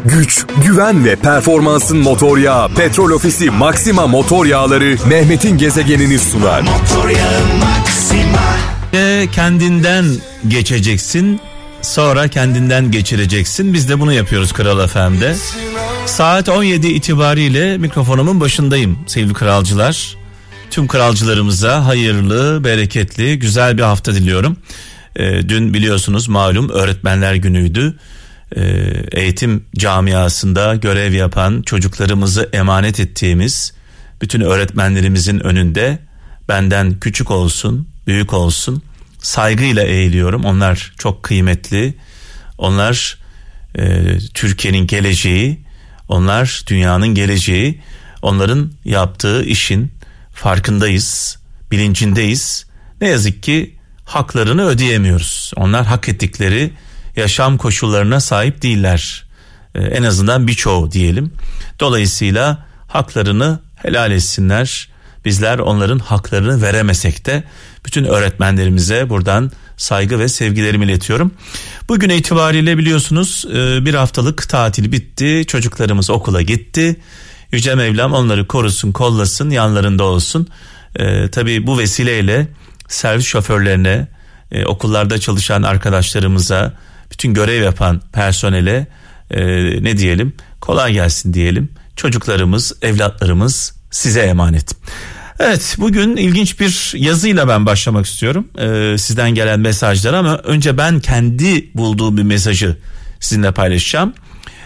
güç, güven ve performansın motor yağı Petrol Ofisi Maxima motor yağları Mehmet'in gezegenini sunar. Motor yağı Maxima. Kendinden geçeceksin, sonra kendinden geçireceksin. Biz de bunu yapıyoruz Kral FM'de. Saat 17 itibariyle mikrofonumun başındayım sevgili kralcılar. Tüm kralcılarımıza hayırlı, bereketli, güzel bir hafta diliyorum. Dün biliyorsunuz malum Öğretmenler Günü'ydü. Eğitim camiasında görev yapan, çocuklarımızı emanet ettiğimiz bütün öğretmenlerimizin önünde benden küçük olsun, büyük olsun saygıyla eğiliyorum. Onlar çok kıymetli. Onlar Türkiye'nin geleceği, onlar dünyanın geleceği. Onların yaptığı işin farkındayız, bilincindeyiz. Ne yazık ki haklarını ödeyemiyoruz. Onlar hak ettikleri yaşam koşullarına sahip değiller. En azından birçoğu diyelim. Dolayısıyla haklarını helal etsinler. Bizler onların haklarını veremesek de bütün öğretmenlerimize buradan saygı ve sevgilerimi iletiyorum. Bugün itibariyle biliyorsunuz bir haftalık tatil bitti. Çocuklarımız okula gitti. Yüce Mevlam onları korusun, kollasın, yanlarında olsun. Tabii bu vesileyle servis şoförlerine, okullarda çalışan arkadaşlarımıza, bütün görev yapan personele ne diyelim, kolay gelsin diyelim. Çocuklarımız, evlatlarımız size emanet. Evet, bugün ilginç bir yazıyla ben başlamak istiyorum. Sizden gelen mesajlar, ama önce ben kendi bulduğum bir mesajı sizinle paylaşacağım.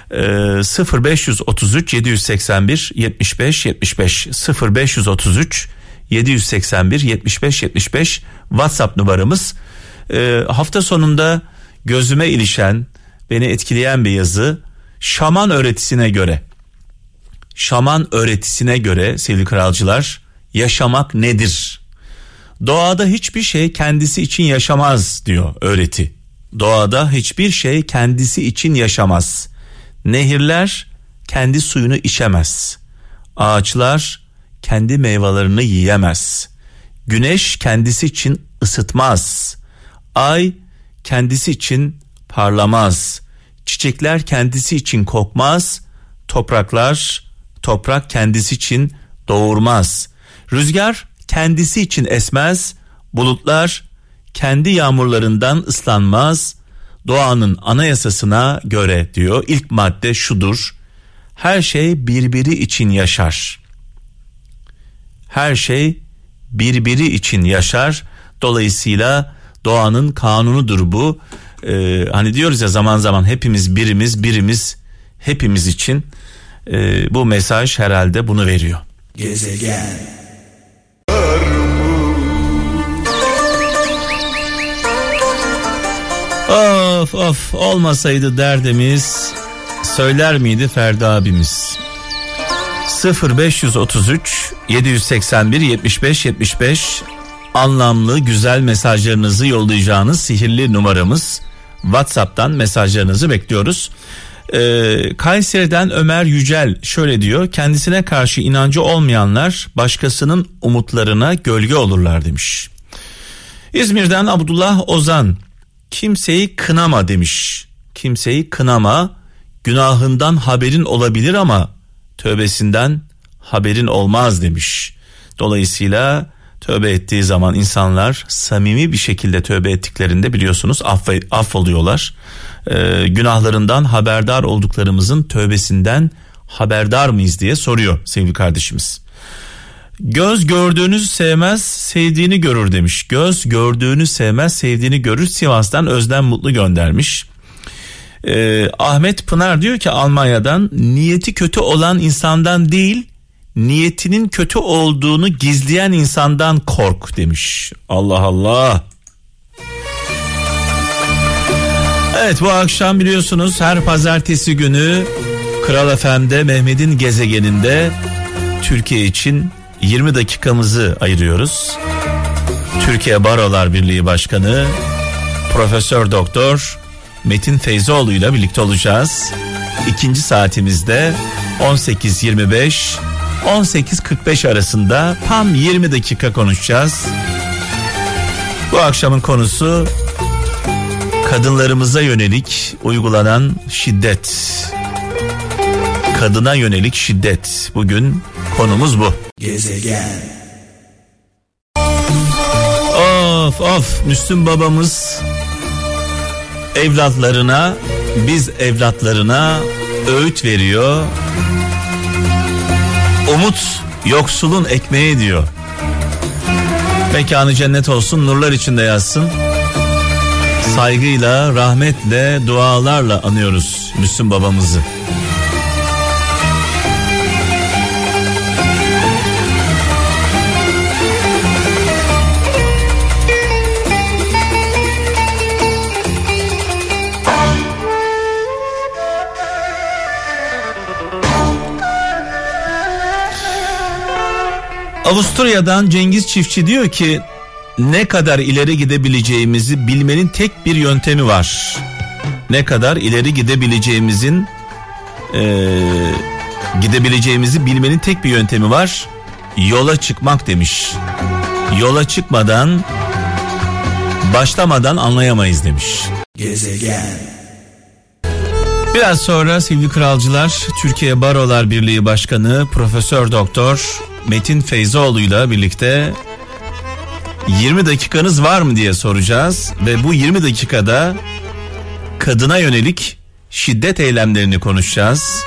0533 781 75 75 0533 781 75 75 WhatsApp numaramız. Hafta sonunda gözüme ilişen, beni etkileyen bir yazı. Şaman öğretisine göre sevgili kralcılar, yaşamak nedir? Doğada hiçbir şey kendisi için yaşamaz diyor öğreti. Doğada hiçbir şey kendisi için yaşamaz. Nehirler kendi suyunu içemez. Ağaçlar kendi meyvelerini yiyemez. Güneş kendisi için ısıtmaz. Ay kendisi için parlamaz. Çiçekler kendisi için kokmaz. Toprak kendisi için doğurmaz. Rüzgar kendisi için esmez. Bulutlar kendi yağmurlarından ıslanmaz. Doğanın anayasasına göre diyor, ilk madde şudur: her şey birbiri için yaşar. Her şey birbiri için yaşar. Dolayısıyla doğanın kanunudur bu. Hani diyoruz ya, zaman zaman hepimiz birimiz hepimiz için. Bu mesaj herhalde bunu veriyor. Gezegen. Of olmasaydı derdimiz, söyler miydi Ferdi abimiz? 0533 781 75 75 anlamlı güzel mesajlarınızı yollayacağınız sihirli numaramız. WhatsApp'tan mesajlarınızı bekliyoruz. Kayseri'den Ömer Yücel şöyle diyor: kendisine karşı inancı olmayanlar başkasının umutlarına gölge olurlar demiş. İzmir'den Abdullah Ozan, kimseyi kınama demiş. Kimseyi kınama, günahından haberin olabilir ama tövbesinden haberin olmaz demiş. Dolayısıyla tövbe ettiği zaman insanlar samimi bir şekilde tövbe ettiklerinde biliyorsunuz affoluyorlar. Günahlarından haberdar olduklarımızın tövbesinden haberdar mıyız diye soruyor sevgili kardeşimiz. Göz gördüğünü sevmez, sevdiğini görür demiş. Göz gördüğünü sevmez, sevdiğini görür. Sivas'tan Özlem Mutlu göndermiş. Ahmet Pınar diyor ki Almanya'dan, niyeti kötü olan insandan değil, niyetinin kötü olduğunu gizleyen insandan kork demiş. Allah Allah. Evet, bu akşam biliyorsunuz her pazartesi günü Kral FM'de Mehmet'in gezegeninde Türkiye için 20 dakikamızı ayırıyoruz. Türkiye Barolar Birliği Başkanı Profesör Doktor Metin Feyzoğlu ile birlikte olacağız. İkinci saatimizde 18.25 18.45 arasında tam 20 dakika konuşacağız. Bu akşamın konusu kadınlarımıza yönelik uygulanan şiddet. kadına yönelik şiddet. Bugün konumuz bu. Gezegen. Of Müslüm babamız evlatlarına, biz evlatlarına öğüt veriyor. Umut yoksulun ekmeği diyor. Mekanı cennet olsun, nurlar içinde yatsın. Saygıyla, rahmetle, dualarla anıyoruz Müslüm babamızı. Avusturya'dan Cengiz Çiftçi diyor ki ne kadar ileri gidebileceğimizi bilmenin tek bir yöntemi var. Ne kadar ileri gidebileceğimizi bilmenin tek bir yöntemi var. Yola çıkmak demiş. Yola çıkmadan, başlamadan anlayamayız demiş. Gezegen. Biraz sonra sevgili kralcılar, Türkiye Barolar Birliği Başkanı Profesör Doktor Metin Feyzoğlu ile birlikte 20 dakikanız var mı diye soracağız ve bu 20 dakikada kadına yönelik şiddet eylemlerini konuşacağız.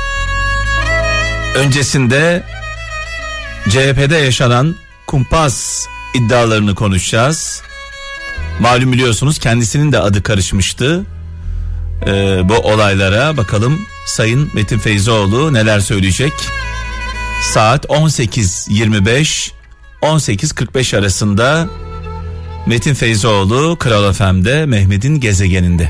Öncesinde CHP'de yaşanan kumpas iddialarını konuşacağız. Malum biliyorsunuz kendisinin de adı karışmıştı. Bu olaylara bakalım Sayın Metin Feyzoğlu neler söyleyecek. Saat 18.25-18.45 arasında Metin Feyzoğlu Kral FM'de Mehmet'in gezegeninde.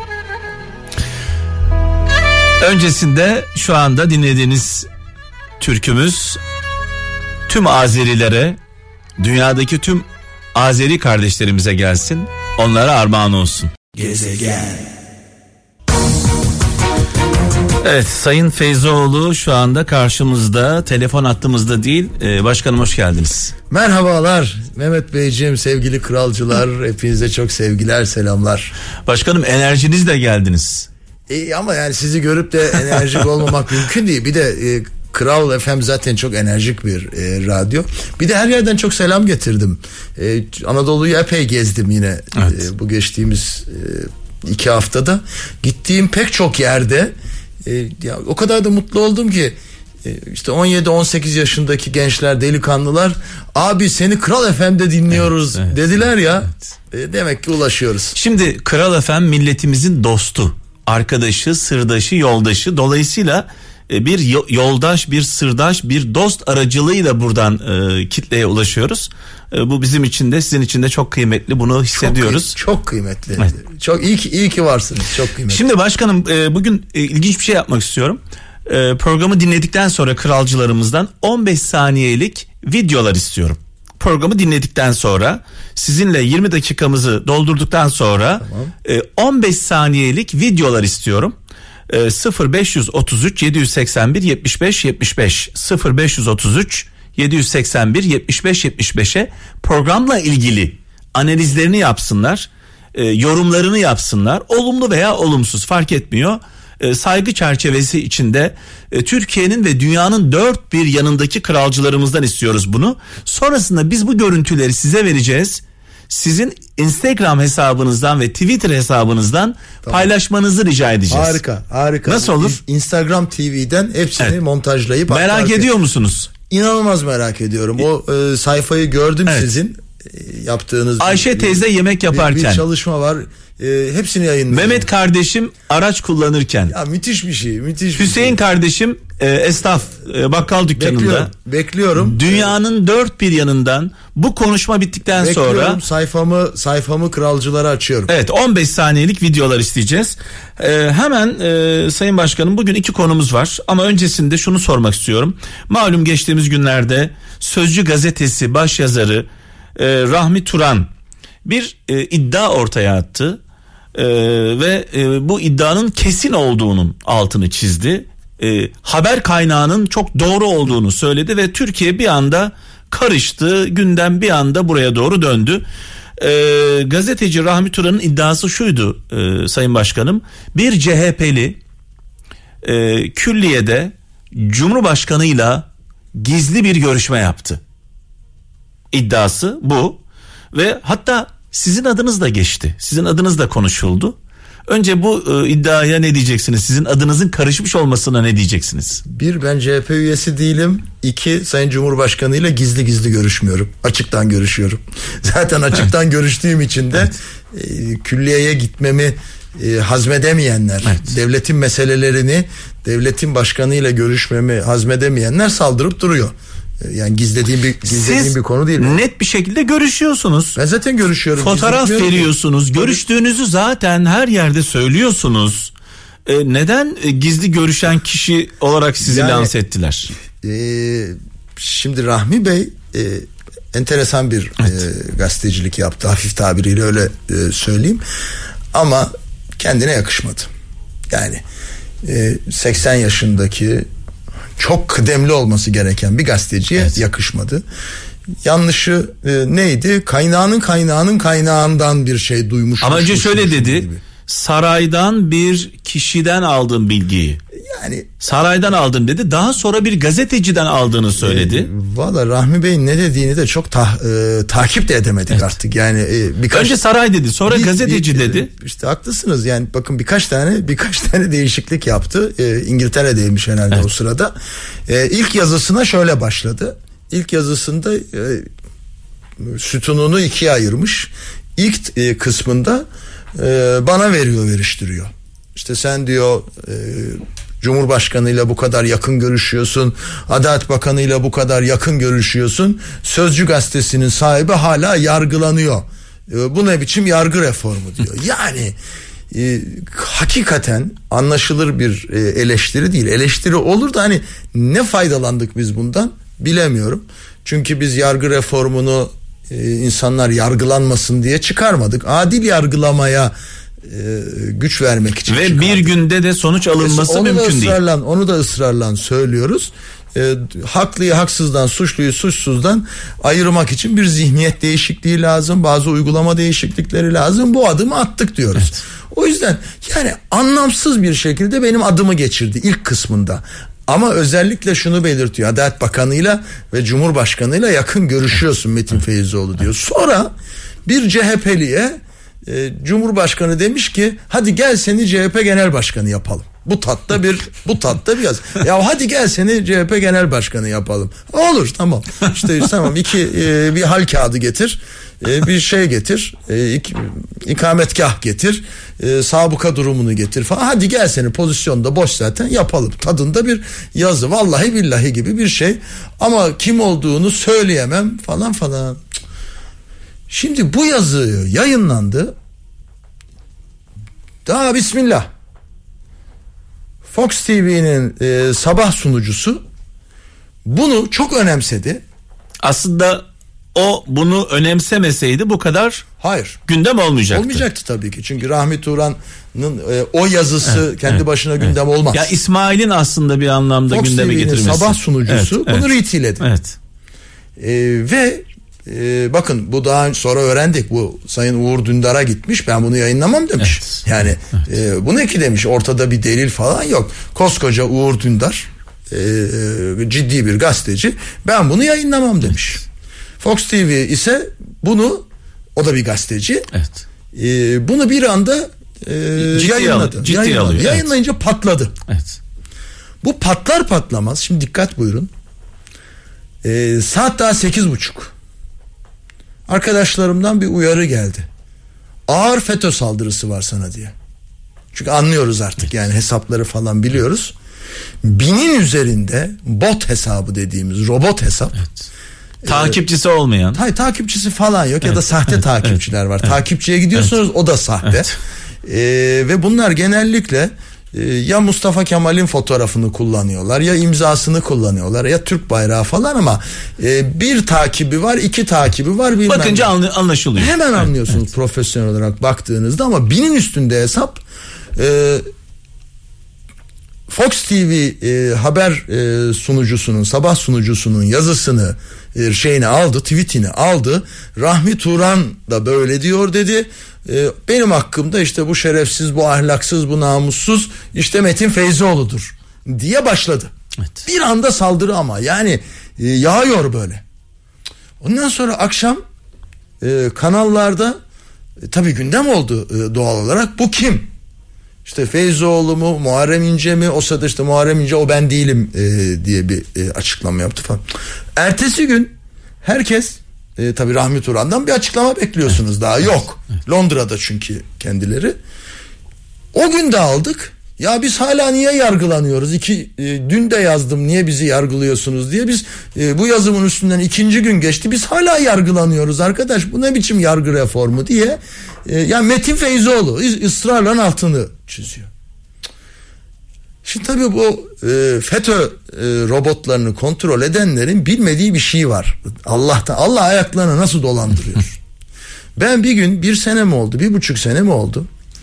Öncesinde şu anda dinlediğiniz türkümüz tüm Azerilere, dünyadaki tüm Azeri kardeşlerimize gelsin. Onlara armağan olsun. Gezegen. Evet, Sayın Feyzoğlu şu anda karşımızda, telefon hattımızda değil. Başkanım hoş geldiniz. Merhabalar Mehmet Beyciğim, sevgili kralcılar, hepinize çok sevgiler, selamlar. Başkanım enerjinizle geldiniz. Ama yani sizi görüp de enerjik olmamak mümkün değil. Bir de Kral FM zaten çok enerjik bir radyo. Bir de her yerden çok selam getirdim. Anadolu'yu epey gezdim yine. Evet. Bu geçtiğimiz 2 haftada. Gittiğim pek çok yerde ya o kadar da mutlu oldum ki işte 17-18 yaşındaki gençler, delikanlılar, abi seni Kral FM'de dinliyoruz dediler ya. Evet. Demek ki ulaşıyoruz. Şimdi Kral FM milletimizin dostu, arkadaşı, sırdaşı, yoldaşı. Dolayısıyla bir yoldaş, bir sırdaş, bir dost aracılığıyla buradan kitleye ulaşıyoruz. Bu bizim için de sizin için de çok kıymetli, bunu hissediyoruz. Çok kıymetli. Evet. Çok iyi ki varsınız. Çok kıymetli. Şimdi başkanım bugün ilginç bir şey yapmak istiyorum. Programı dinledikten sonra kralcılarımızdan 15 saniyelik videolar istiyorum. Programı dinledikten sonra sizinle 20 dakikamızı doldurduktan sonra 15 saniyelik videolar istiyorum. 0533 781 75 75 0533 781 75 75'e programla ilgili analizlerini yapsınlar, yorumlarını yapsınlar, olumlu veya olumsuz fark etmiyor. Saygı çerçevesi içinde Türkiye'nin ve dünyanın dört bir yanındaki kralcılarımızdan istiyoruz bunu. Sonrasında biz bu görüntüleri size vereceğiz. Sizin Instagram hesabınızdan ve Twitter hesabınızdan paylaşmanızı rica edeceğiz. Harika. Nasıl olur? Instagram TV'den hepsini montajlayıp merak ediyor musunuz? İnanılmaz merak ediyorum. O sayfayı gördüm sizin yaptığınız. Ayşe teyze yemek yaparken. Bir çalışma var. Hepsini yayınlıyor. Mehmet kardeşim araç kullanırken. Ya müthiş bir şey. Hüseyin kardeşim esnaf bakkal dükkanında. Bekliyorum. Dünyanın dört bir yanından bu konuşma bittikten sonra sayfamı kralcılara açıyorum. Evet, 15 saniyelik videolar isteyeceğiz. Hemen Sayın Başkanım, bugün 2 konumuz var ama öncesinde şunu sormak istiyorum. Malum geçtiğimiz günlerde Sözcü gazetesi başyazarı Rahmi Turan bir iddia ortaya attı ve bu iddianın kesin olduğunun altını çizdi. Haber kaynağının çok doğru olduğunu söyledi ve Türkiye bir anda karıştı, gündem bir anda buraya doğru döndü. Gazeteci Rahmi Turan'ın iddiası şuydu Sayın Başkanım: bir CHP'li külliyede Cumhurbaşkanıyla gizli bir görüşme yaptı. İddiası bu ve hatta sizin adınız da geçti. Sizin adınız da konuşuldu. Önce bu iddiaya ne diyeceksiniz? Sizin adınızın karışmış olmasına ne diyeceksiniz? Bir, ben CHP üyesi değilim. İki, Sayın Cumhurbaşkanı ile gizli görüşmüyorum. Açıktan görüşüyorum. Zaten açıktan görüştüğüm için de külliyeye gitmemi hazmedemeyenler, devletin meselelerini devletin başkanıyla görüşmemi hazmedemeyenler saldırıp duruyor. Yani gizlediğim bir konu değil. Net bir şekilde görüşüyorsunuz. Ben zaten görüşüyorum. Fotoğraf veriyorsunuz. Görüştüğünüzü zaten her yerde söylüyorsunuz. Neden gizli görüşen kişi olarak sizi lanse ettiler? Şimdi Rahmi Bey enteresan bir gazetecilik yaptı. Hafif tabiriyle öyle söyleyeyim. Ama kendine yakışmadı. Yani 80 yaşındaki çok kıdemli olması gereken bir gazeteciye yakışmadı. Yanlışı neydi? Kaynağından bir şey duymuş. Ama önce şöyle dedi. Gibi. Saraydan bir kişiden aldığım bilgiyi. Yani saraydan aldım dedi. Daha sonra bir gazeteciden aldığını söyledi. Valla Rahmi Bey'in ne dediğini de çok takip de edemedik artık. Yani önce saray dedi, sonra gazeteci dedi. İşte haklısınız. Yani bakın birkaç tane değişiklik yaptı. İngiltere'deymiş herhalde o sırada. İlk yazısına şöyle başladı. İlk yazısında sütununu ikiye ayırmış. İlk kısmında bana veriştiriyor. İşte sen diyor Cumhurbaşkanıyla bu kadar yakın görüşüyorsun, Adalet Bakanıyla bu kadar yakın görüşüyorsun, Sözcü gazetesinin sahibi hala yargılanıyor. Bu ne biçim yargı reformu diyor. Yani hakikaten anlaşılır bir eleştiri değil. Eleştiri olur da hani ne faydalandık biz bundan bilemiyorum. Çünkü biz yargı reformunu insanlar yargılanmasın diye çıkarmadık. Adil yargılamaya güç vermek için ve çıkardık. Bir günde de sonuç alınması mümkün değil. Onu da ısrarla söylüyoruz. Haklıyı haksızdan, suçluyu suçsuzdan ayırmak için bir zihniyet değişikliği lazım. Bazı uygulama değişiklikleri lazım. Bu adımı attık diyoruz. Evet. O yüzden yani anlamsız bir şekilde benim adımı geçirdi ilk kısmında. Ama özellikle şunu belirtiyor. Adalet Bakanı'yla ve Cumhurbaşkanı'yla yakın görüşüyorsun Metin Feyzioğlu diyor. Sonra bir CHP'liye Cumhurbaşkanı demiş ki hadi gel seni CHP Genel Başkanı yapalım. Bu tatta bir yaz. Ya hadi gel seni CHP Genel Başkanı yapalım. Olur tamam. İşte tamam bir hal kağıdı getir. Bir şey getir. İkametgah getir. Sabıka durumunu getir falan. Hadi gel seni pozisyonda boş zaten yapalım. Tadında bir yazı. Vallahi billahi gibi bir şey. Ama kim olduğunu söyleyemem falan. Şimdi bu yazı yayınlandı. Daha bismillah. Fox TV'nin sabah sunucusu bunu çok önemsedi. Aslında o bunu önemsemeseydi bu kadar gündem olmayacaktı. Olmayacaktı tabii ki. Çünkü Rahmi Turan'ın o yazısı kendi başına gündem olmaz. Ya İsmail'in aslında bir anlamda Fox gündeme TV'nin getirmesi. Sabah sunucusu bunu retweetledi. Evet. Ve bakın bu daha sonra öğrendik. Bu Sayın Uğur Dündar'a gitmiş. Ben bunu yayınlamam demiş. Evet. Yani bu ne ki demiş. Ortada bir delil falan yok. Koskoca Uğur Dündar ciddi bir gazeteci. Ben bunu yayınlamam demiş. Evet. Fox TV ise bunu, o da bir gazeteci. Evet. Bunu bir anda yayınladı. Yayınlayınca patladı. Evet. Bu patlar patlamaz. Şimdi dikkat buyurun. Saat daha 8:30. Arkadaşlarımdan bir uyarı geldi. Ağır FETÖ saldırısı var sana diye. Çünkü anlıyoruz artık yani hesapları falan biliyoruz. 1000'in üzerinde bot hesabı dediğimiz robot hesap. Evet. Takipçisi olmayan. Takipçisi falan yok ya da sahte takipçiler var. Evet. Takipçiye gidiyorsunuz o da sahte. Evet. Ve bunlar genellikle ya Mustafa Kemal'in fotoğrafını kullanıyorlar ya imzasını kullanıyorlar ya Türk bayrağı falan ama bir takibi var, iki takibi var. Bakınca anlaşılıyor. Hemen anlıyorsunuz profesyonel olarak baktığınızda ama 1000'in üstünde hesap. Fox TV haber sunucusunun, sabah sunucusunun yazısını tweetini aldı. Rahmi Turan da böyle diyor dedi. benim hakkımda işte bu şerefsiz, bu ahlaksız, bu namussuz işte Metin Feyzioğlu'dur diye başladı. Evet. Bir anda saldırı ama yani yağıyor böyle. Ondan sonra akşam kanallarda tabii gündem oldu doğal olarak. Bu kim? İşte Feyzioğlu mu, Muharrem İnce mi? O sırada işte Muharrem İnce o ben değilim diye bir açıklama yaptı falan. Ertesi gün herkes tabii Rahmi Turan'dan bir açıklama bekliyorsunuz, daha yok. Londra'da çünkü kendileri. O gün de aldık. Ya biz hala niye yargılanıyoruz? Dün de yazdım niye bizi yargılıyorsunuz diye. Biz bu yazımın üstünden 2. gün geçti. Biz hala yargılanıyoruz arkadaş. Bu ne biçim yargı reformu diye. Yani Metin Feyzioğlu ısrarla altını çiziyor. Şimdi tabii bu FETÖ robotlarını kontrol edenlerin bilmediği bir şey var. Allah ayaklarına nasıl dolandırıyor. Ben bir gün 1 sene mi oldu, 1,5 sene mi oldu?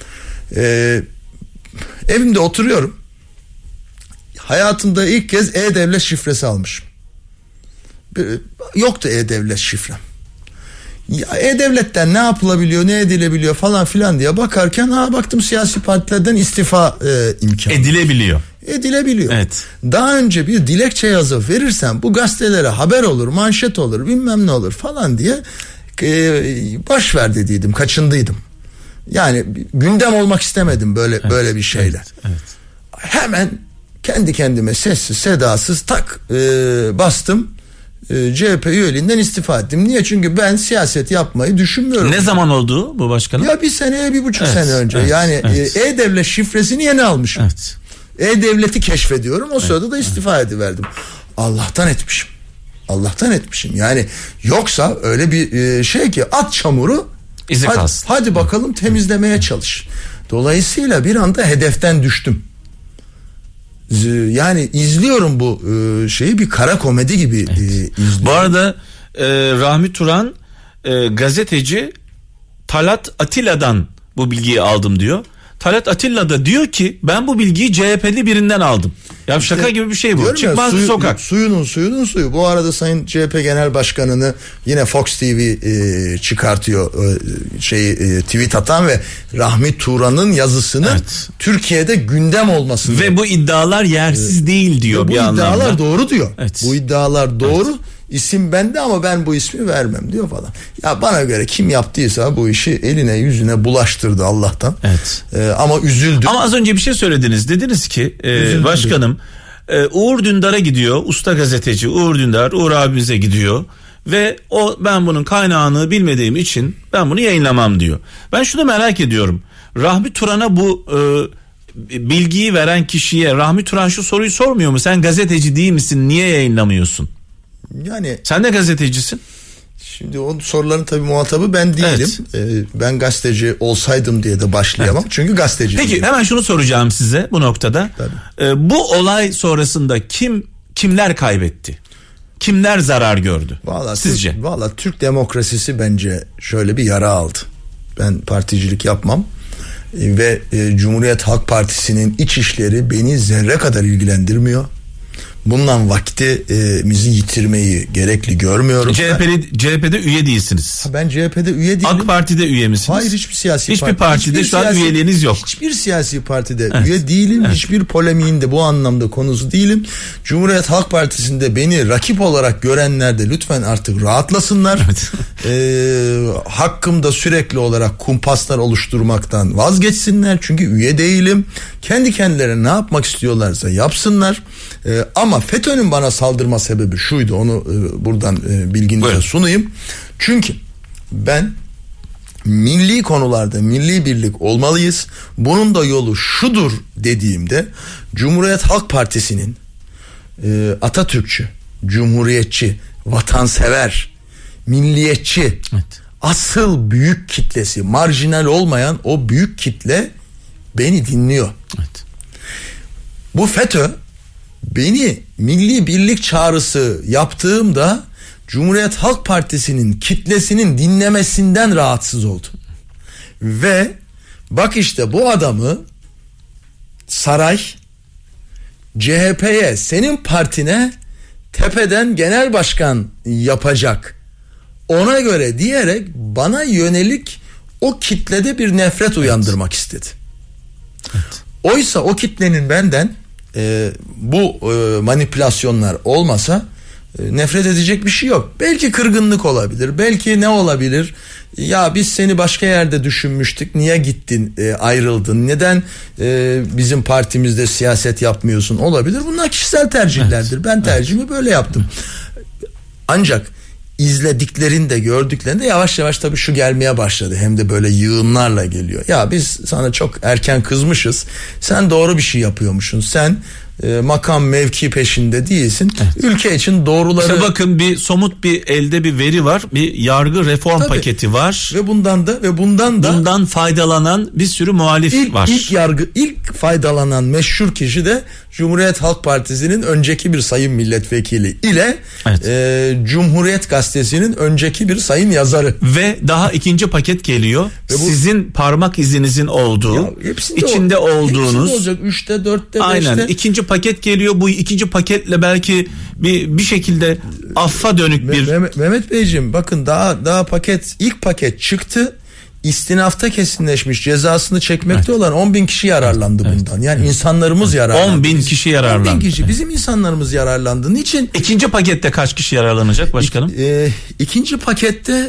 Evimde oturuyorum. Hayatımda ilk kez E-Devlet şifresi almışım. Yoktu E-Devlet şifrem. Ya E-Devlet'ten ne yapılabiliyor, ne edilebiliyor falan filan diye bakarken baktım siyasi partilerden istifa imkanı. Edilebiliyor. Evet. Daha önce bir dilekçe yazıp verirsen bu gazetelere haber olur, manşet olur, bilmem ne olur falan diye boş ver dediydim, kaçındıydım. Yani gündem olmak istemedim böyle bir şeyle. Evet. Hemen kendi kendime sessiz sedasız bastım. CHP üyeliğinden istifa ettim. Niye? Çünkü ben siyaset yapmayı düşünmüyorum. Ne zaman oldu bu başkanım? Ya 1 seneye 1,5 sene önce. E-Devlet şifresini yeni almışım. Evet. E-Devlet'i keşfediyorum. O sırada da istifa ediverdim. Allah'tan etmişim. Yani yoksa öyle bir şey ki at çamuru İzi kalsın. Hadi bakalım temizlemeye çalış. Dolayısıyla bir anda hedeften düştüm. Yani izliyorum bu şeyi, bir kara komedi gibi izliyorum. Bu arada Rahmi Turan gazeteci Talat Atilla'dan bu bilgiyi aldım diyor. Talat Atilla da diyor ki ben bu bilgiyi CHP'li birinden aldım. Ya işte, şaka gibi bir şey bu. Çıkmaz bir sokak. Suyunun suyu. Bu arada Sayın CHP Genel Başkanı'nı yine Fox TV çıkartıyor tweet atan ve Rahmi Turan'ın yazısını Türkiye'de gündem olmasını. Ve bu iddialar yersiz değil diyor bir anlamda. Bu iddialar doğru diyor. Evet. Bu iddialar doğru. Evet. İsim bende ama ben bu ismi vermem diyor falan. Ya bana göre kim yaptıysa bu işi eline yüzüne bulaştırdı Allah'tan. Evet. Ama üzüldüm. Ama az önce bir şey söylediniz. Dediniz ki başkanım Uğur Dündar'a gidiyor. Usta gazeteci Uğur Dündar, Uğur abimize gidiyor. Ve ben bunun kaynağını bilmediğim için ben bunu yayınlamam diyor. Ben şunu merak ediyorum. Rahmi Turan'a bu bilgiyi veren kişiye Rahmi Turan şu soruyu sormuyor mu? Sen gazeteci değil misin? Niye yayınlamıyorsun? Yani sen de gazetecisin. Şimdi o soruların tabii muhatabı ben değilim. Evet. Ben gazeteci olsaydım diye de başlayamam. Evet. Çünkü gazeteci. Peki hemen şunu soracağım size bu noktada. Bu olay sonrasında kimler kaybetti? Kimler zarar gördü? Sizce? Vallahi Türk demokrasisi bence şöyle bir yara aldı. Ben particilik yapmam. Ve Cumhuriyet Halk Partisi'nin iç işleri beni zerre kadar ilgilendirmiyor. Bundan vaktimizi yitirmeyi gerekli görmüyorum. CHP'de üye değilsiniz. Ben CHP'de üye değilim. AK Parti'de üye misiniz? Hayır, hiçbir partide şu an üyeliğiniz yok. Hiçbir siyasi partide üye değilim. Evet. Hiçbir polemiğin de bu anlamda konusu değilim. Cumhuriyet Halk Partisi'nde beni rakip olarak görenler de lütfen artık rahatlasınlar. Evet. Hakkımda sürekli olarak kumpaslar oluşturmaktan vazgeçsinler. Çünkü üye değilim. Kendi kendilerine ne yapmak istiyorlarsa yapsınlar. Ama FETÖ'nün bana saldırma sebebi şuydu, onu buradan bilginize sunayım. Çünkü ben milli konularda milli birlik olmalıyız. Bunun da yolu şudur dediğimde Cumhuriyet Halk Partisi'nin Atatürkçü, cumhuriyetçi, vatansever, milliyetçi, asıl büyük kitlesi, marjinal olmayan o büyük kitle beni dinliyor. Evet. Bu FETÖ beni milli birlik çağrısı yaptığımda Cumhuriyet Halk Partisi'nin kitlesinin dinlemesinden rahatsız oldu. Ve bak işte bu adamı saray CHP'ye, senin partine tepeden genel başkan yapacak, ona göre diyerek bana yönelik o kitlede bir nefret uyandırmak istedi. Oysa o kitlenin benden bu manipülasyonlar olmasa nefret edecek bir şey yok. Belki kırgınlık olabilir. Belki ne olabilir? Ya biz seni başka yerde düşünmüştük. Niye gittin, ayrıldın? Neden bizim partimizde siyaset yapmıyorsun? Olabilir. Bunlar kişisel tercihlerdir. Evet. Ben tercihimi böyle yaptım. Ancak izlediklerinde, gördüklerinde yavaş yavaş tabii şu gelmeye başladı. Hem de böyle yığınlarla geliyor. Ya biz sana çok erken kızmışız. Sen doğru bir şey yapıyormuşsun. Sen makam mevki peşinde değilsin. Evet. Ülke için doğruları... İşte bakın bir somut bir elde bir veri var. Bir yargı reform paketi var. Ve bundan faydalanan bir sürü muhalif var. İlk faydalanan meşhur kişi de Cumhuriyet Halk Partisi'nin önceki bir sayın milletvekili ile Cumhuriyet Gazetesi'nin önceki bir sayın yazarı. Ve daha ikinci paket geliyor. Sizin parmak izinizin olduğu, içinde olduğunuz. Olacak 3'te 4'te 5'te. Aynen. İkinci paket geliyor. Bu ikinci paketle belki bir şekilde affa dönük bir... Mehmet Beyciğim bakın daha ilk paket çıktı. İstinafta kesinleşmiş, cezasını çekmekte olan 10.000 kişi yararlandı bundan. Yani insanlarımız yararlandı. 10.000 kişi yararlandı. 10.000 kişi. Bizim insanlarımız yararlandı. Niçin? İkinci pakette kaç kişi yararlanacak başkanım? İkinci pakette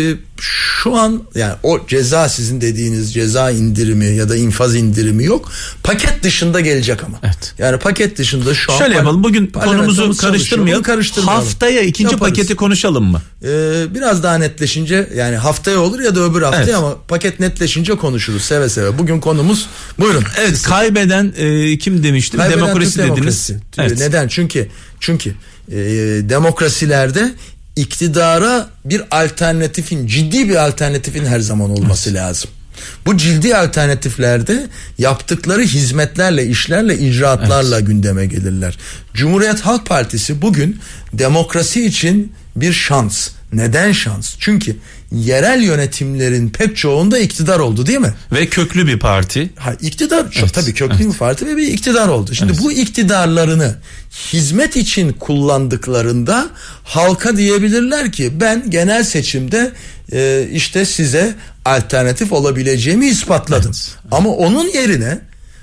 şu an yani o ceza, sizin dediğiniz ceza indirimi ya da infaz indirimi yok. Paket dışında gelecek ama. Evet. Yani paket dışında şu an... Şöyle yapalım, bugün konumuzu karıştırmayalım. Haftaya ikinci paketi konuşalım mı? Biraz daha netleşince, yani haftaya olur ya da öbür haftaya, ama paket netleşince konuşuruz seve seve. Bugün konumuz, buyurun. Evet, kaybeden kim demiştim? Demokrasi dediniz. Evet. Neden? Çünkü demokrasilerde iktidara bir alternatifin, ciddi bir alternatifin her zaman olması lazım. Bu ciddi alternatiflerde yaptıkları hizmetlerle, işlerle, icraatlarla gündeme gelirler. Cumhuriyet Halk Partisi bugün demokrasi için bir şans. Neden şans? Çünkü yerel yönetimlerin pek çoğunda iktidar oldu, değil mi? Ve köklü bir parti. İktidar tabii köklü bir parti ve bir iktidar oldu. Şimdi bu iktidarlarını hizmet için kullandıklarında halka diyebilirler ki ben genel seçimde işte size alternatif olabileceğimi ispatladım. Ama onun yerine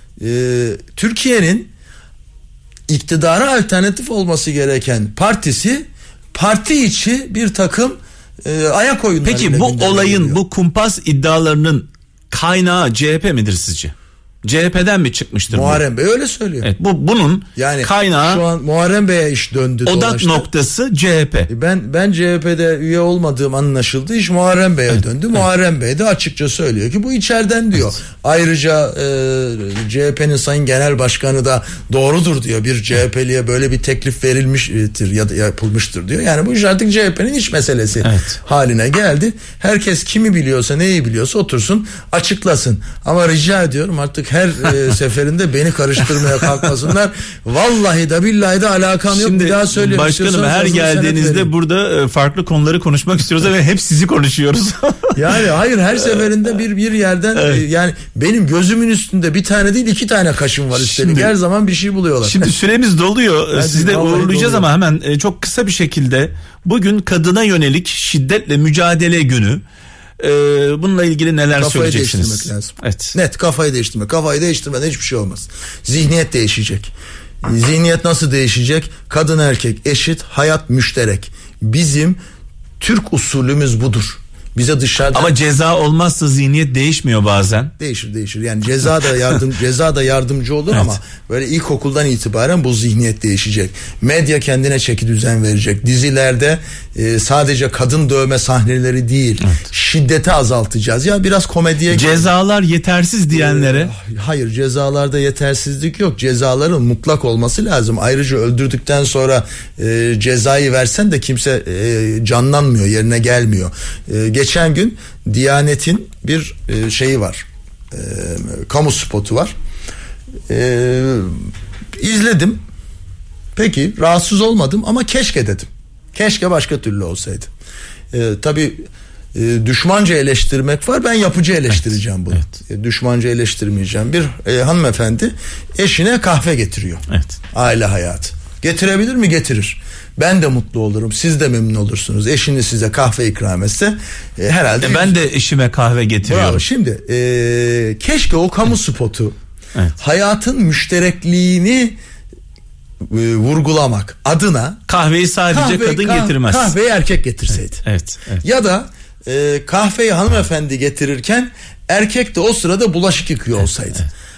Türkiye'nin iktidara alternatif olması gereken partisi, parti içi bir takım ayak oyunları. Peki bu olayın, bu kumpas iddialarının kaynağı CHP midir sizce? CHP'den mi çıkmıştır Muharrem Bey öyle söylüyor. Evet, bunun yani kaynağı, şu an Muharrem Bey'e iş döndü. Odak noktası CHP. Ben CHP'de üye olmadığım anlaşıldı. İş Muharrem Bey'e döndü. Muharrem Bey de açıkça söylüyor ki bu içeriden diyor. Ayrıca CHP'nin Sayın Genel Başkanı da doğrudur diyor. Bir CHP'liye böyle bir teklif verilmiştir ya da yapılmıştır diyor. Yani bu iş artık CHP'nin iç meselesi haline geldi. Herkes kimi biliyorsa, neyi biliyorsa otursun açıklasın. Ama rica ediyorum artık her seferinde beni karıştırmaya kalkmasınlar. Vallahi de billahi de alakam yok. Bir daha söylüyorum. Başkanım, her geldiğinizde burada farklı konuları konuşmak istiyoruz ve hep sizi konuşuyoruz. Yani hayır, her seferinde bir yerden yani benim gözümün üstünde bir tane değil 2 tane kaşım var üstelik. Her zaman bir şey buluyorlar. Şimdi süremiz doluyor. Sizi de uğurlayacağız ama hemen çok kısa bir şekilde bugün kadına yönelik şiddetle mücadele günü. Bununla ilgili neler söyleyeceksiniz? Kafayı değiştirmek lazım. Evet. Net kafayı değiştirmek. Kafayı değiştirmeden hiçbir şey olmaz. Zihniyet değişecek. Zihniyet nasıl değişecek? Kadın erkek eşit, hayat müşterek. Bizim Türk usulümüz budur. Bize dışarıdan... Ama ceza olmazsa zihniyet değişmiyor bazen. Değişir. Yani ceza da yardımcı olur ama böyle ilkokuldan itibaren bu zihniyet değişecek. Medya kendine çeki düzen verecek. Dizilerde sadece kadın dövme sahneleri değil, şiddeti azaltacağız. Ya biraz komediye... Cezalar yetersiz diyenlere... Hayır, cezalarda yetersizlik yok. Cezaların mutlak olması lazım. Ayrıca öldürdükten sonra cezayı versen de kimse canlanmıyor, yerine gelmiyor. Geçen gün Diyanet'in bir şeyi var, kamu spotu var, izledim. Peki, rahatsız olmadım ama keşke dedim. Keşke başka türlü olsaydı. Tabii düşmanca eleştirmek var, ben yapıcı eleştireceğim bunu. Düşmanca eleştirmeyeceğim. Bir hanımefendi eşine kahve getiriyor. Aile hayatı. Getirebilir mi? Getirir. Ben de mutlu olurum. Siz de memnun olursunuz. Eşiniz size kahve ikram etse herhalde. Ben de eşime kahve getiriyorum. Bravo. Şimdi keşke o kamu spotu hayatın müşterekliğini vurgulamak adına kahveyi sadece kadın getirmez. Kahveyi erkek getirseydi. Evet. Ya da kahveyi hanımefendi getirirken erkek de o sırada bulaşık yıkıyor olsaydı.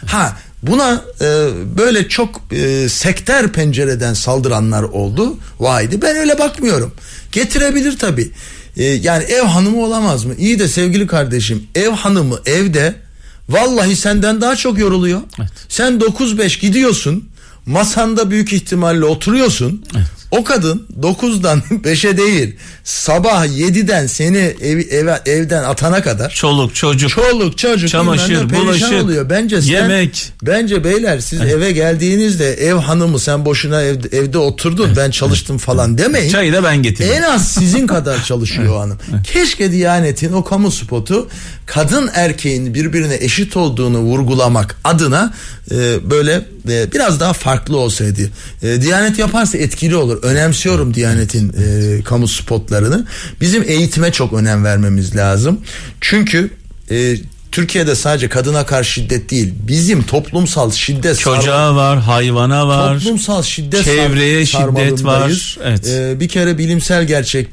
Buna böyle çok sekter pencereden saldıranlar oldu. Vaydi, ben öyle bakmıyorum. Getirebilir tabii. Yani ev hanımı olamaz mı? İyi de sevgili kardeşim, ev hanımı evde vallahi senden daha çok yoruluyor. Evet. Sen 9-5 gidiyorsun. Masanda büyük ihtimalle oturuyorsun. Evet. O kadın 9'dan 5'e değil, sabah 7'den seni evden atana kadar çoluk çocuk çamaşır, bulaşık oluyor. Yemek. Bence beyler siz eve geldiğinizde ev hanımı sen boşuna evde oturdun, ben çalıştım falan demeyin. Çayı da ben getirdim. En az sizin kadar çalışıyor o hanım. Keşke Diyanet'in o kamu spotu kadın erkeğin birbirine eşit olduğunu vurgulamak adına böyle biraz daha farklı olsaydı. Diyanet yaparsa etkili olur. Önemsiyorum Diyanet'in kamu spotlarını. Bizim eğitime çok önem vermemiz lazım. Çünkü Türkiye'de sadece kadına karşı şiddet değil, bizim toplumsal şiddet, çocuğa var, hayvana var, toplumsal şiddet, çevreye şiddet var. Evet. Bir kere bilimsel gerçek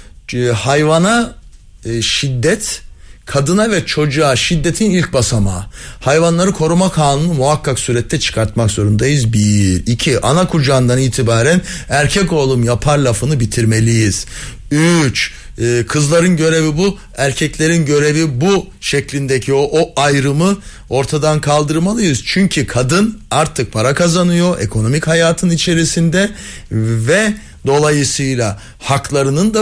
hayvana şiddet, kadına ve çocuğa şiddetin ilk basamağı. Hayvanları koruma kanunu muhakkak surette çıkartmak zorundayız. 1, 2, ana kucağından itibaren erkek oğlum yapar lafını bitirmeliyiz. 3, kızların görevi bu, erkeklerin görevi bu şeklindeki o ayrımı ortadan kaldırmalıyız. Çünkü kadın artık para kazanıyor ekonomik hayatın içerisinde ve dolayısıyla haklarının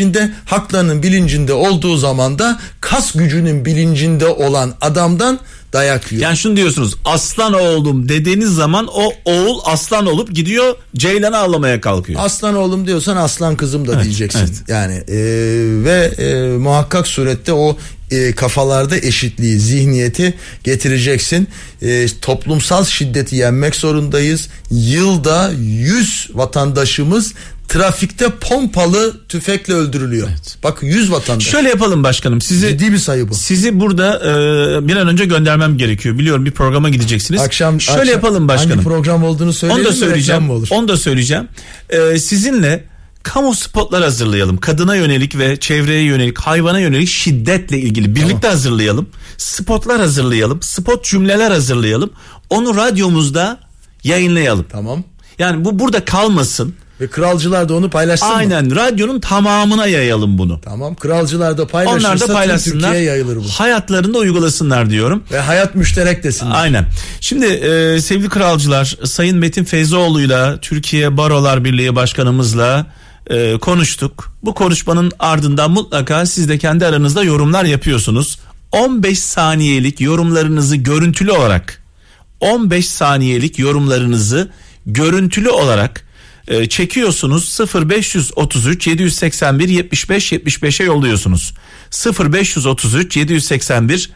bilincinde olduğu zaman da kas gücünün bilincinde olan adamdan dayak yiyor. Yani şunu diyorsunuz, aslan oğlum dediğiniz zaman o oğul aslan olup gidiyor ceylanı avlamaya kalkıyor. Aslan oğlum diyorsan aslan kızım da diyeceksin. Evet. Yani ve muhakkak surette o kafalarda eşitliği, zihniyeti getireceksin. Toplumsal şiddeti yenmek zorundayız. Yılda 100 vatandaşımız trafikte pompalı tüfekle öldürülüyor. Evet. Bak 100 vatandaş. Şöyle yapalım başkanım. Ciddi bir sayı bu. Sizi burada bir an önce göndermem gerekiyor. Biliyorum bir programa gideceksiniz. Akşam yapalım başkanım. Hangi program olduğunu söyleyelim. Onu da söyleyeceğim. Sizinle kamu spotlar hazırlayalım. Kadına yönelik ve çevreye yönelik, hayvana yönelik şiddetle ilgili birlikte hazırlayalım. Spotlar hazırlayalım. Spot cümleler hazırlayalım. Onu radyomuzda yayınlayalım. Tamam. Yani bu burada kalmasın. Ve kralcılar da onu paylaşsın mı? Aynen, radyonun tamamına yayalım bunu. Tamam, kralcılar da paylaşırsa onlar da paylaşsınlar, Türkiye'ye yayılır bu. Hayatlarında uygulasınlar diyorum. Ve hayat müşterek desinler. Aynen. Şimdi sevgili kralcılar, Sayın Metin Feyzoğlu'yla, Türkiye Barolar Birliği Başkanımızla konuştuk. Bu konuşmanın ardından mutlaka siz de kendi aranızda yorumlar yapıyorsunuz. 15 saniyelik yorumlarınızı görüntülü olarak 15 saniyelik yorumlarınızı görüntülü olarak çekiyorsunuz. 0533 781 75 75'e yolluyorsunuz. 0533 781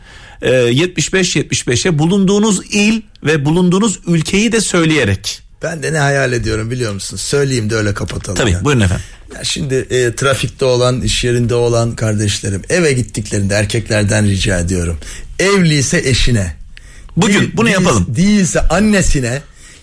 75 75'e bulunduğunuz il ve bulunduğunuz ülkeyi de söyleyerek. Ben de ne hayal ediyorum biliyor musun? Söyleyeyim de öyle kapatalım. Tabii yani. Buyurun efendim. Ya şimdi trafikte olan, iş yerinde olan kardeşlerim, eve gittiklerinde erkeklerden rica ediyorum. Evliyse eşine. Bugün bunu yapalım. Değilse annesine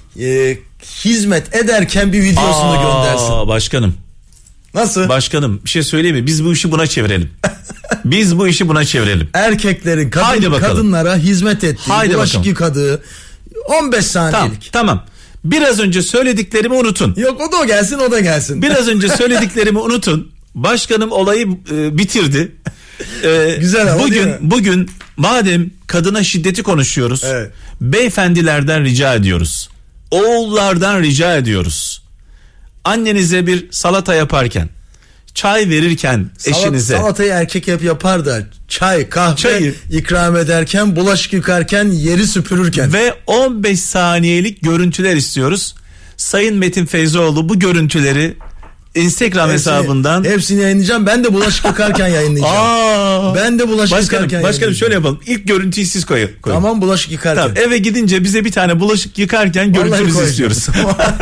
hizmet ederken bir videosunu göndersin. Başkanım. Nasıl? Başkanım bir şey söyleyeyim mi? Biz bu işi buna çevirelim. Biz bu işi buna çevirelim. Erkeklerin kadınlara hizmet ettiği, bulaşık yıkadığı 15 saniyelik. Tamam. Biraz önce söylediklerimi unutun. Yok o da gelsin. Biraz önce söylediklerimi unutun. Başkanım olayı bitirdi. Güzel ama bugün madem kadına şiddeti konuşuyoruz. Evet. Beyefendilerden rica ediyoruz. Oğullardan rica ediyoruz. Annenize bir salata yaparken, çay verirken eşinize. Salatayı erkek yapar da çay, kahve ikram ederken, bulaşık yıkarken, yeri süpürürken. Ve 15 saniyelik görüntüler istiyoruz. Sayın Metin Feyzoğlu bu görüntüleri Instagram hesabından. Hepsini yayınlayacağım. Ben de bulaşık yıkarken yayınlayacağım. Ben de bulaşık yıkarken. Başkanım şöyle yapalım. İlk görüntüyü siz koyun. Tamam, bulaşık yıkarken. Tamam, eve gidince bize bir tane bulaşık yıkarken görüntünüzü istiyoruz.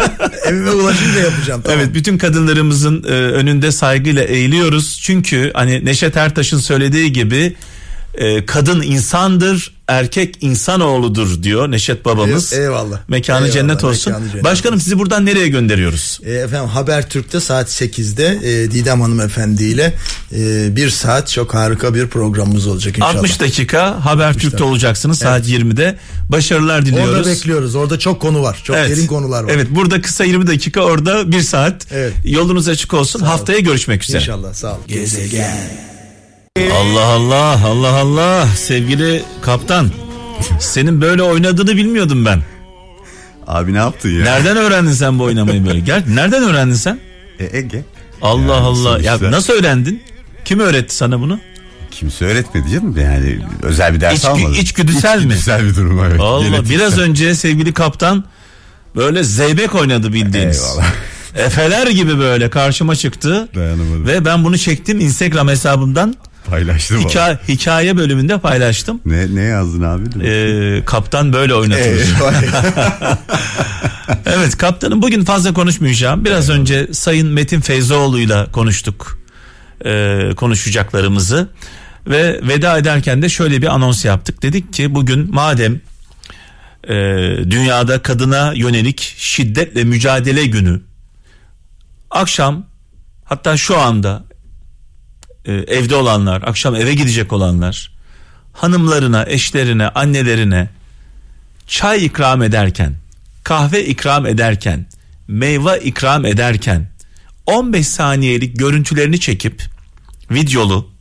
Evime ulaşınca yapacağım. Tamam. Evet, bütün kadınlarımızın önünde saygıyla eğiliyoruz. Çünkü hani Neşet Ertaş'ın söylediği gibi kadın insandır, erkek insanoğludur diyor Neşet babamız. Eyvallah. Mekanı Eyvallah, cennet olsun. mekanı cennet Başkanım olsun. sizi buradan nereye gönderiyoruz? Efendim Habertürk'te saat 8'de Didem Hanımefendi ile 1 saat çok harika bir programımız olacak inşallah. 60 dakika Habertürk'te olacaksınız saat 20'de. Başarılar diliyoruz. Orada bekliyoruz. Orada çok konu var. Çok derin konular var. Evet, burada kısa 20 dakika, orada 1 saat. Evet. Yolunuz açık olsun. Haftaya görüşmek üzere. İnşallah, sağ olun. Gezegen. Allah Allah, Allah Allah. Sevgili kaptan, senin böyle oynadığını bilmiyordum ben. Abi ne yaptın ya? Nereden öğrendin sen bu oynamayı böyle? Nereden öğrendin sen? Ege. Allah Yani Allah. Ya sonuçta- nasıl öğrendin? Kim öğretti sana bunu? Kimse öğretmedi canım, yani özel bir ders almadım. İçgüdüsel mi? İçgüdüsel bir durum, evet. Allah, Genetiksel. biraz önce sevgili kaptan böyle zeybek oynadı bildiğiniz. Eyvallah. Efeler gibi böyle karşıma çıktı. Dayanamadım. Ve ben bunu çektim Instagram hesabımdan. Paylaştım abi. Hikaye bölümünde paylaştım. Ne yazdın abi? Kaptan böyle oynatılır. Evet, kaptanım bugün fazla konuşmayacağım. Biraz önce Sayın Metin Feyzoğlu'yla konuştuk konuşacaklarımızı ve veda ederken de şöyle bir anons yaptık. Dedik ki bugün madem dünyada kadına yönelik şiddetle mücadele günü, akşam, hatta şu anda evde olanlar, akşam eve gidecek olanlar hanımlarına, eşlerine, annelerine çay ikram ederken, kahve ikram ederken, meyve ikram ederken 15 saniyelik görüntülerini çekip videolu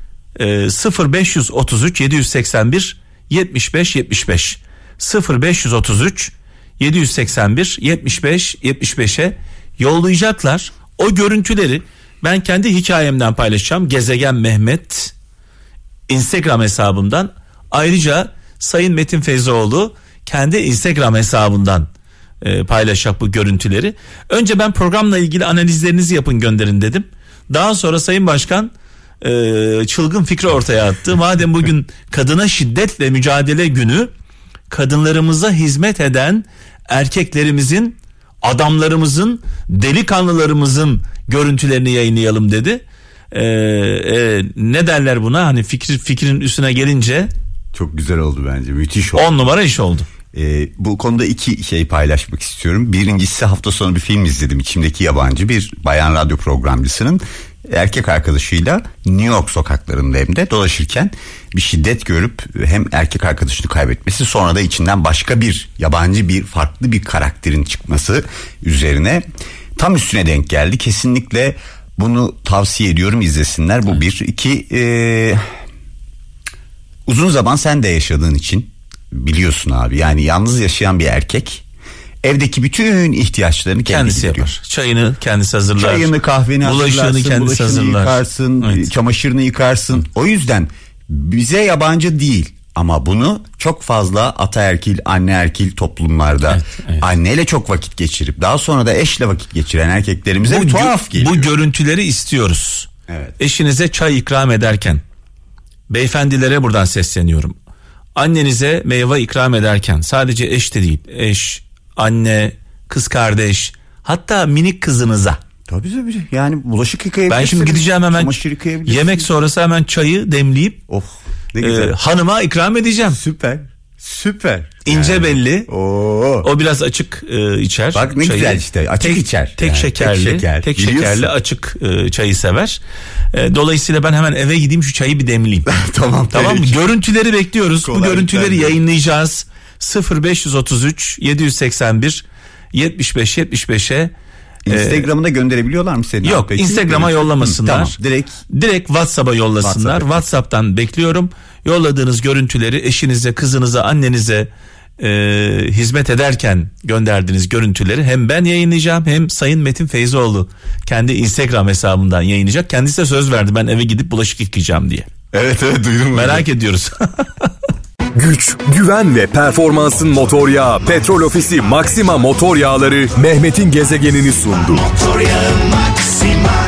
0533 781 75 75 0533 781 75 75'e yollayacaklar. O görüntüleri ben kendi hikayemden paylaşacağım. Gezegen Mehmet Instagram hesabımdan. Ayrıca Sayın Metin Feyzoğlu kendi Instagram hesabından paylaşacak bu görüntüleri. Önce ben programla ilgili analizlerinizi yapın, gönderin dedim. Daha sonra Sayın Başkan çılgın fikri ortaya attı. Madem bugün kadına şiddetle mücadele günü, kadınlarımıza hizmet eden erkeklerimizin, adamlarımızın, delikanlılarımızın görüntülerini yayınlayalım dedi. Ne derler buna, hani fikrin üstüne gelince Çok güzel oldu bence, müthiş oldu. 10 numara iş oldu. Bu konuda 2 şey paylaşmak istiyorum. Birincisi, hafta sonu bir film izledim. İçimdeki Yabancı, bir bayan radyo programcısının erkek arkadaşıyla New York sokaklarında hem de dolaşırken bir şiddet görüp hem erkek arkadaşını kaybetmesi, sonra da içinden başka bir yabancı, bir farklı bir karakterin çıkması üzerine tam üstüne denk geldi. Kesinlikle bunu tavsiye ediyorum, izlesinler. Bu bir. 2, uzun zaman sen de yaşadığın için biliyorsun abi, yani yalnız yaşayan bir erkek evdeki bütün ihtiyaçlarını Kendisi yapar. Çayını kendisi hazırlar. Çayını, kahveni bulaşığını hazırlarsın, kendisi bulaşığını hazırlar. yıkarsın, Evet. çamaşırını yıkarsın. O yüzden bize yabancı değil, ama bunu çok fazla ataerkil, anneerkil toplumlarda evet. anneyle çok vakit geçirip daha sonra da eşle vakit geçiren erkeklerimize bir tuhaf geliyor. Bu görüntüleri istiyoruz. Evet. Eşinize çay ikram ederken, beyefendilere buradan sesleniyorum. Annenize meyve ikram ederken, sadece eş de değil, eş, anne, kız kardeş, hatta minik kızınıza. Tabii. Yani bulaşık yıkayabilirsin. Ben şimdi gideceğim hemen, çamaşır yıkayabilirsin. yemek sonrası hemen çayı demleyip ne güzel. hanıma ikram edeceğim. Süper. İnce Yani. belli. Oo. O biraz açık içer. Bak ne çayı. güzel işte, açık içer. Tek Yani şekerli, tek biliyorsun. şekerli açık çayı sever. Dolayısıyla ben hemen eve gideyim, şu çayı bir demleyeyim. Tamam mı? peki. Görüntüleri bekliyoruz. Bu Kolaylıklar görüntüleri diliyorum. yayınlayacağız. 0533 781 75 75'e. Instagram'da gönderebiliyorlar mı seni? Yok, Peki. Instagram'a yollamasınlar. Tamam, direkt WhatsApp'a yollasınlar. WhatsApp'tan bekliyorum. Yolladığınız görüntüleri eşinize, kızınıza, annenize hizmet ederken gönderdiğiniz görüntüleri hem ben yayınlayacağım, hem Sayın Metin Feyzoğlu kendi Instagram hesabından yayınlayacak. Kendisi de söz verdi, ben eve gidip bulaşık yıkayacağım diye. Evet duydum. Merak ediyoruz. Güç, güven ve performansın motor yağı Petrol Ofisi Maxima motor yağları Mehmet'in gezegenini sundu. Motor yağı Maxima.